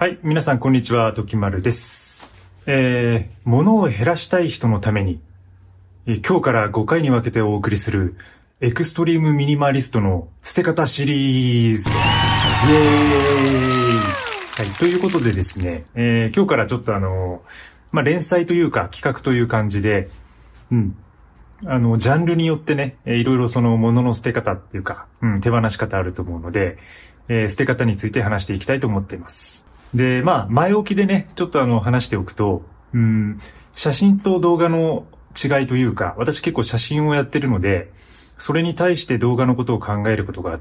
はい、皆さんこんにちは、ときまるです。物を減らしたい人のために、今日から5回に分けてお送りするエクストリームミニマリストの捨て方シリーズ。イエーイ。はい、ということでですね、今日からちょっと連載というか企画という感じで、ジャンルによってね、いろいろその物の捨て方っていうか、手放し方あると思うので、捨て方について話していきたいと思っています。で、前置きでね、ちょっと話しておくと、写真と動画の違いというか、私結構写真をやってるので、それに対して動画のことを考えることがあって、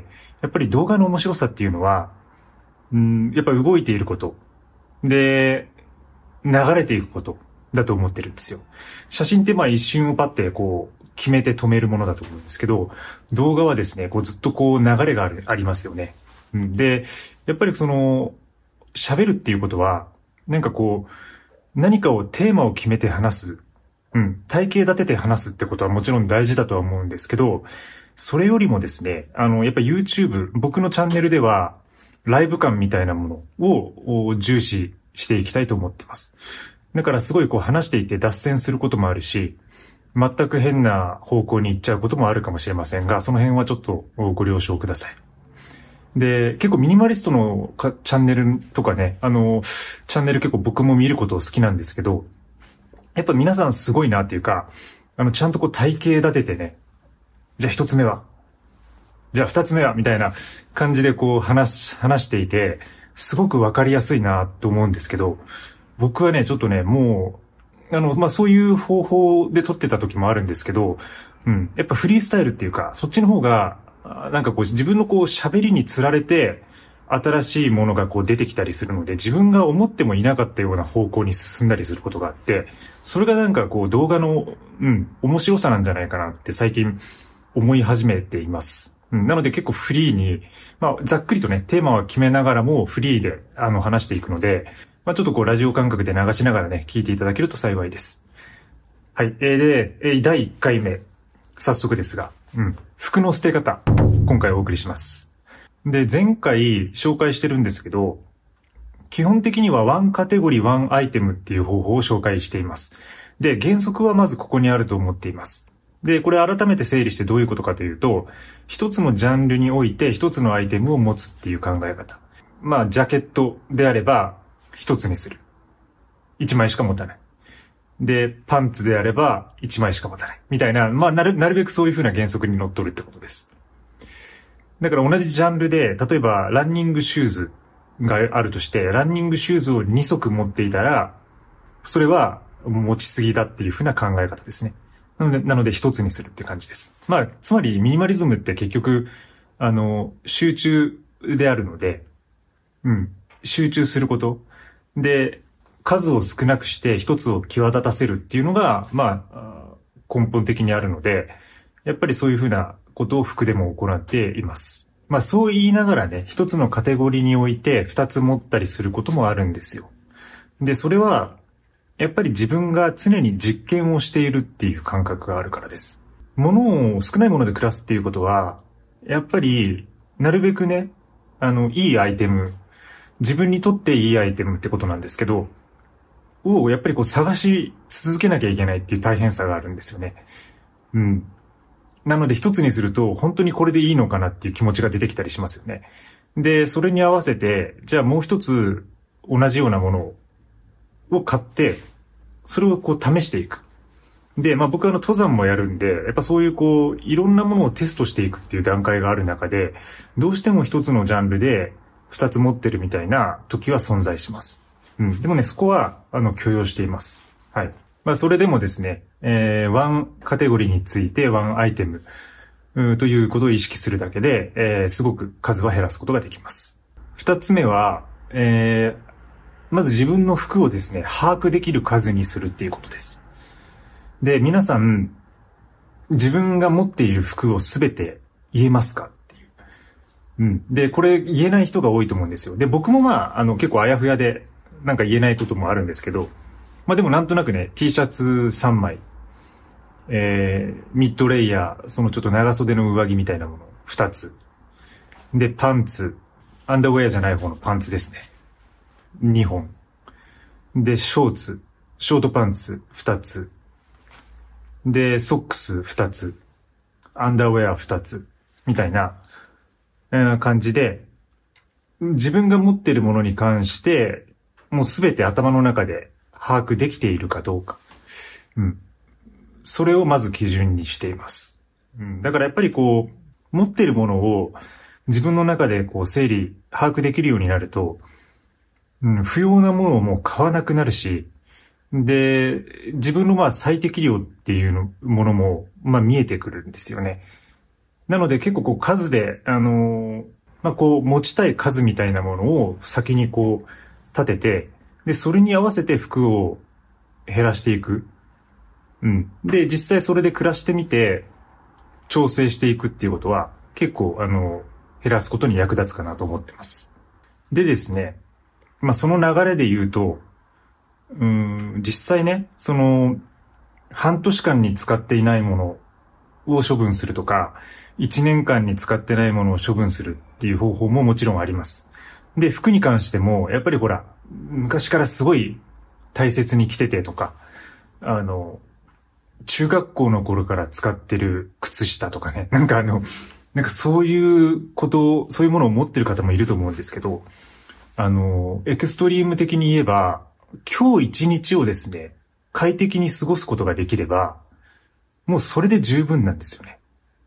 やっぱり動画の面白さっていうのは、やっぱり動いていること。で、流れていくことだと思ってるんですよ。写真って一瞬をパッて決めて止めるものだと思うんですけど、動画はですね、ずっと流れがありますよね。で、やっぱり喋るっていうことは、何かをテーマを決めて話す。体系立てて話すってことはもちろん大事だとは思うんですけど、それよりもですね、やっぱ YouTube、僕のチャンネルでは、ライブ感みたいなものを重視していきたいと思っています。だからすごい話していて脱線することもあるし、全く変な方向に行っちゃうこともあるかもしれませんが、その辺はちょっとご了承ください。で、結構ミニマリストのチャンネルとかね、チャンネル結構僕も見ること好きなんですけど、やっぱ皆さんすごいなっていうか、ちゃんと体系立ててね、じゃあ一つ目は、じゃあ二つ目は、みたいな感じで話していて、すごくわかりやすいなと思うんですけど、僕はね、ちょっとね、もう、そういう方法で撮ってた時もあるんですけど、やっぱフリースタイルっていうか、そっちの方が、自分の喋りにつられて、新しいものが出てきたりするので、自分が思ってもいなかったような方向に進んだりすることがあって、それが動画の、面白さなんじゃないかなって最近思い始めています。なので結構フリーに、ざっくりとね、テーマは決めながらもフリーで、話していくので、ちょっとラジオ感覚で流しながらね、聞いていただけると幸いです。はい。で、第1回目。早速ですが、服の捨て方。今回お送りします。で、前回紹介してるんですけど、基本的にはワンカテゴリーワンアイテムっていう方法を紹介しています。で、原則はまずここにあると思っています。で、これ改めて整理してどういうことかというと、一つのジャンルにおいて一つのアイテムを持つっていう考え方。ジャケットであれば一つにする。一枚しか持たない。で、パンツであれば1枚しか持たない。みたいな、なるべくそういう風な原則にのっとるってことです。だから同じジャンルで、例えばランニングシューズがあるとして、ランニングシューズを2足持っていたら、それは持ちすぎだっていう風な考え方ですね。なので一つにするって感じです。つまりミニマリズムって結局、集中であるので、集中すること。で、数を少なくして一つを際立たせるっていうのが、根本的にあるので、やっぱりそういうふうなことを服でも行っています。そう言いながらね、一つのカテゴリーにおいて二つ持ったりすることもあるんですよ。で、それは、やっぱり自分が常に実験をしているっていう感覚があるからです。少ないもので暮らすっていうことは、やっぱり、なるべくね、いいアイテム、自分にとっていいアイテムってことなんですけど、をやっぱり探し続けなきゃいけないっていう大変さがあるんですよね。なので一つにすると本当にこれでいいのかなっていう気持ちが出てきたりしますよね。で、それに合わせて、じゃあもう一つ同じようなものを買って、それを試していく。で、僕は登山もやるんで、やっぱそういういろんなものをテストしていくっていう段階がある中で、どうしても一つのジャンルで二つ持ってるみたいな時は存在します。でもね、そこは、許容しています。はい。それでもですね、ワンカテゴリーについてワンアイテム、ということを意識するだけで、すごく数は減らすことができます。二つ目は、まず自分の服をですね、把握できる数にするっていうことです。で、皆さん、自分が持っている服をすべて言えますかっていう。で、これ言えない人が多いと思うんですよ。で、僕も結構あやふやで、言えないこともあるんですけど、でもなんとなくね、T シャツ3枚、ミッドレイヤー、そのちょっと長袖の上着みたいなもの2つ。で、パンツ、アンダーウェアじゃない方のパンツですね。 2本。で、ショートパンツ2つ。で、ソックス2つ。アンダーウェア2つ。みたいな、感じで、自分が持っているものに関して、もうすべて頭の中で把握できているかどうか。それをまず基準にしています。だからやっぱりこう、持っているものを自分の中でこう整理、把握できるようになると、不要なものをもう買わなくなるし、で、自分のまあ最適量っていうものもまあ見えてくるんですよね。なので結構こう数で、まあこう持ちたい数みたいなものを先にこう立てて、で、それに合わせて服を減らしていく。で、実際それで暮らしてみて、調整していくっていうことは結構減らすことに役立つかなと思ってます。でですね、まあその流れで言うと、実際ね、その、半年間に使っていないものを処分するとか、1年間に使ってないものを処分するっていう方法ももちろんあります。で、服に関しても、やっぱりほら、昔からすごい大切に着ててとか、中学校の頃から使ってる靴下とかね、なんかそういうこと、そういうものを持ってる方もいると思うんですけど、エクストリーム的に言えば、今日一日をですね、快適に過ごすことができれば、もうそれで十分なんですよね。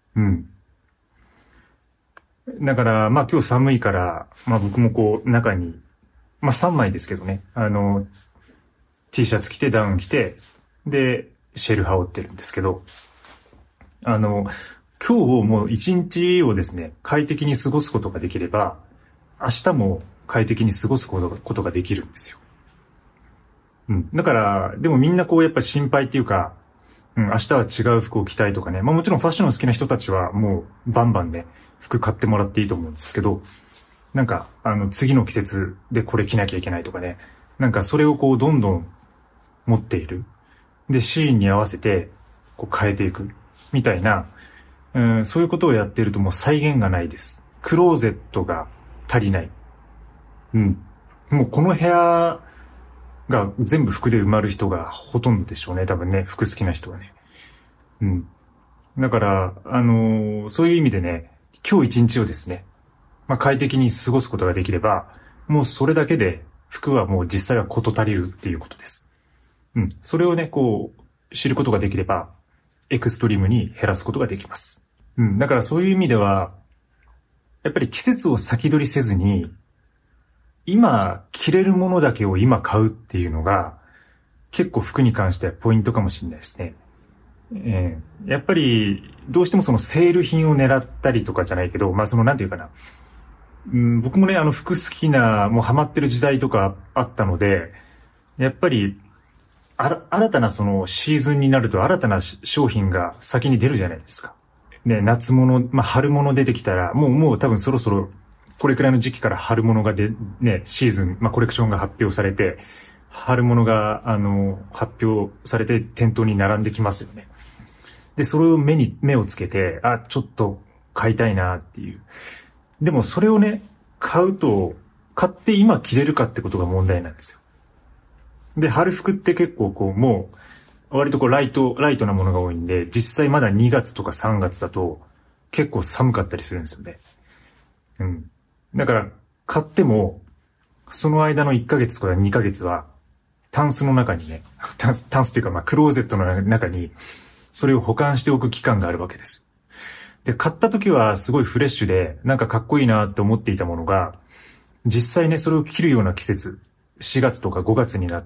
だから、まあ今日寒いから、まあ僕もこう中に、まあ3枚ですけどね、T シャツ着てダウン着て、で、シェル羽織ってるんですけど、今日もう一日をですね、快適に過ごすことができれば、明日も快適に過ごすことができるんですよ。だから、でもみんなこうやっぱり心配っていうか、明日は違う服を着たいとかね。まあもちろんファッション好きな人たちはもうバンバンね、服買ってもらっていいと思うんですけど、なんか、次の季節でこれ着なきゃいけないとかね。なんかそれをこうどんどん持っている。で、シーンに合わせてこう変えていく。みたいな、そういうことをやっているともう際限がないです。クローゼットが足りない。もうこの部屋、が全部服で埋まる人がほとんどでしょうね。多分ね、服好きな人はね。だから、そういう意味でね、今日一日をですね、まあ快適に過ごすことができれば、もうそれだけで服はもう実際は事足りるっていうことです。それをね、こう、知ることができれば、エクストリームに減らすことができます。だからそういう意味では、やっぱり季節を先取りせずに、今着れるものだけを今買うっていうのが結構服に関してはポイントかもしれないですね。やっぱりどうしてもそのセール品を狙ったりとかじゃないけど、まあそのなんていうかな。僕もね服好きなもうハマってる時代とかあったので、やっぱり新たなそのシーズンになると新たな商品が先に出るじゃないですか。ね、夏物、まあ春物出てきたらもう多分そろそろこれくらいの時期から春物がシーズン、まあ、コレクションが発表されて、春物が、発表されて店頭に並んできますよね。で、それを目をつけて、ちょっと買いたいなっていう。でもそれをね、買って今着れるかってことが問題なんですよ。で、春服って結構こう、もう、割とこうライトなものが多いんで、実際まだ2月とか3月だと、結構寒かったりするんですよね。だから、買っても、その間の1ヶ月とか2ヶ月は、タンスの中にね、タンスっていうか、まあ、クローゼットの中に、それを保管しておく期間があるわけです。で、買った時はすごいフレッシュで、なんかかっこいいなって思っていたものが、実際ね、それを着るような季節、4月とか5月になって、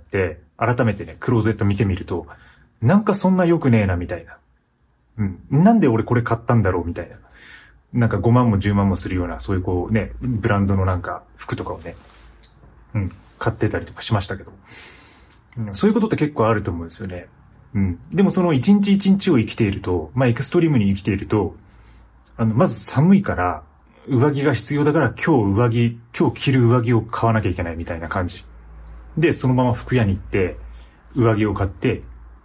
改めてね、クローゼット見てみると、なんかそんな良くねえな、みたいな。なんで俺これ買ったんだろう、みたいな。なんか5万も10万もするような、そういうこうね、ブランドのなんか服とかをね、買ってたりとかしましたけど。そういうことって結構あると思うんですよね。でもその一日一日を生きていると、まあエクストリームに生きていると、まず寒いから、上着が必要だから今日着る上着を買わなきゃいけないみたいな感じ。で、そのまま服屋に行って、上着を買って、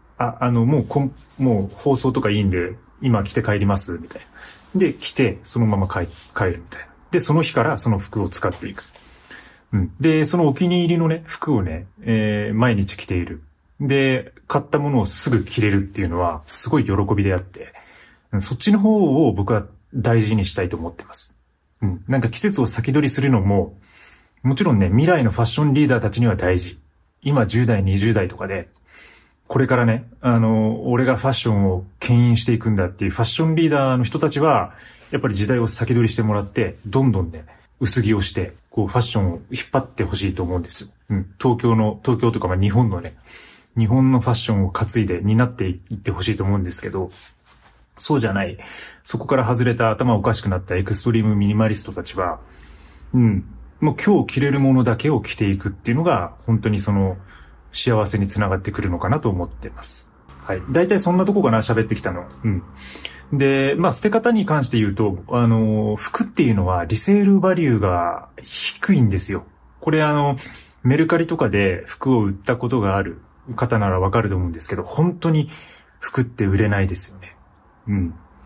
もう放送とかいいんで、今着て帰ります、みたいな。で、着て、そのまま帰るみたいな。で、その日からその服を使っていく。 うん。で、そのお気に入りのね、服をね、毎日着ている。で、買ったものをすぐ着れるっていうのは、すごい喜びであって、そっちの方を僕は大事にしたいと思ってます。うん。なんか季節を先取りするのも、もちろんね、未来のファッションリーダーたちには大事。今10代、20代とかで、これからね、俺がファッションを牽引していくんだっていうファッションリーダーの人たちは、やっぱり時代を先取りしてもらって、どんどんね、薄着をして、こうファッションを引っ張ってほしいと思うんですよ。うん。東京とか日本のね、日本のファッションを担いで担っていってほしいと思うんですけど、そうじゃない。そこから外れた頭おかしくなったエクストリームミニマリストたちは、うん。もう今日着れるものだけを着ていくっていうのが、本当にその、幸せにつながってくるのかなと思ってます。はい。大体そんなとこかな、喋ってきたの。うん。で、まあ、捨て方に関して言うと、服っていうのはリセールバリューが低いんですよ。これメルカリとかで服を売ったことがある方ならわかると思うんですけど、本当に服って売れないですよね。うん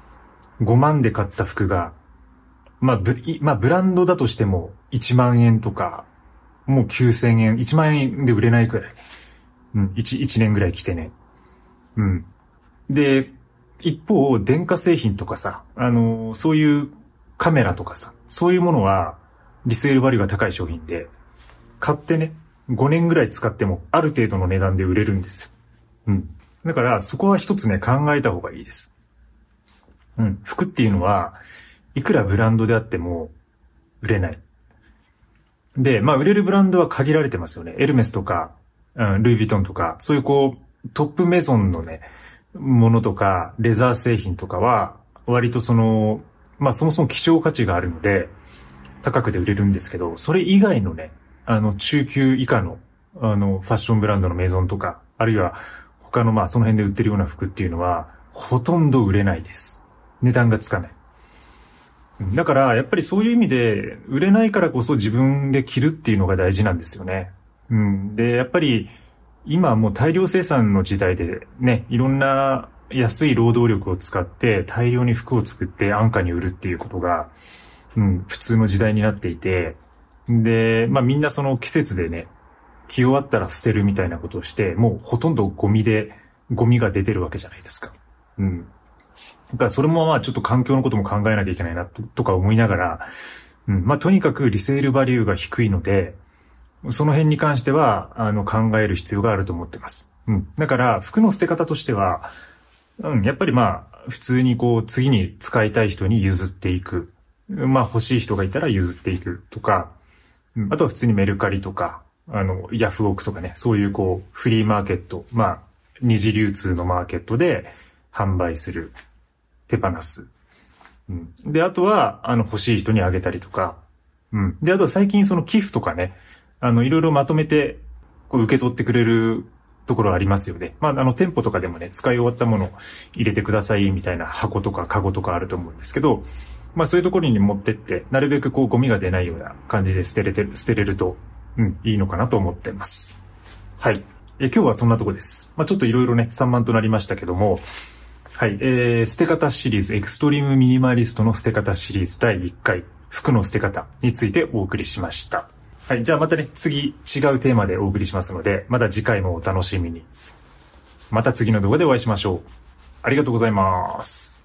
。5万で買った服が、まあ、ブランドだとしても1万円とか、もう9000円、1万円で売れないくらい。うん、1年ぐらい着てね。うん。で、一方、電化製品とかさ、そういうカメラとかさ、そういうものは、リセールバリューが高い商品で、買ってね、5年ぐらい使っても、ある程度の値段で売れるんですよ。うん。だから、そこは一つね、考えた方がいいです。うん。服っていうのは、いくらブランドであっても、売れない。で、まあ、売れるブランドは限られてますよね。エルメスとか、ルイ・ヴィトンとか、そういうこう、トップメゾンのね、ものとか、レザー製品とかは、割とその、まあそもそも希少価値があるので、高くで売れるんですけど、それ以外のね、中級以下の、ファッションブランドのメゾンとか、あるいは他のまあその辺で売ってるような服っていうのは、ほとんど売れないです。値段がつかない。だから、やっぱりそういう意味で、売れないからこそ自分で着るっていうのが大事なんですよね。うん。で、やっぱり、今はもう大量生産の時代でね、いろんな安い労働力を使って大量に服を作って安価に売るっていうことが、うん、普通の時代になっていて、で、まあみんなその季節でね、着終わったら捨てるみたいなことをして、もうほとんどゴミが出てるわけじゃないですか。うん。だからそれもまあちょっと環境のことも考えなきゃいけないなとか思いながら、うん、まあとにかくリセールバリューが低いので、その辺に関しては、考える必要があると思ってます。うん。だから、服の捨て方としては、うん、やっぱりまあ、普通にこう、次に使いたい人に譲っていく。まあ、欲しい人がいたら譲っていくとか、うん、あとは普通にメルカリとか、ヤフオクとかね、そういうこう、フリーマーケット、まあ、二次流通のマーケットで販売する。手放す。うん。で、あとは、欲しい人にあげたりとか、うん。で、あとは最近その寄付とかね、いろいろまとめて、こう受け取ってくれるところありますよね。まあ、店舗とかでもね、使い終わったものを入れてくださいみたいな箱とかカゴとかあると思うんですけど、まあそういうところに持ってって、なるべくこうゴミが出ないような感じで捨てれると、うん、いいのかなと思ってます。はい。今日はそんなとこです。まあちょっといろいろね、散漫となりましたけども、はい、捨て方シリーズ、エクストリームミニマリストの捨て方シリーズ第1回、服の捨て方についてお送りしました。はい。じゃあまたね、次、違うテーマでお送りしますので、また次回もお楽しみに。また次の動画でお会いしましょう。ありがとうございます。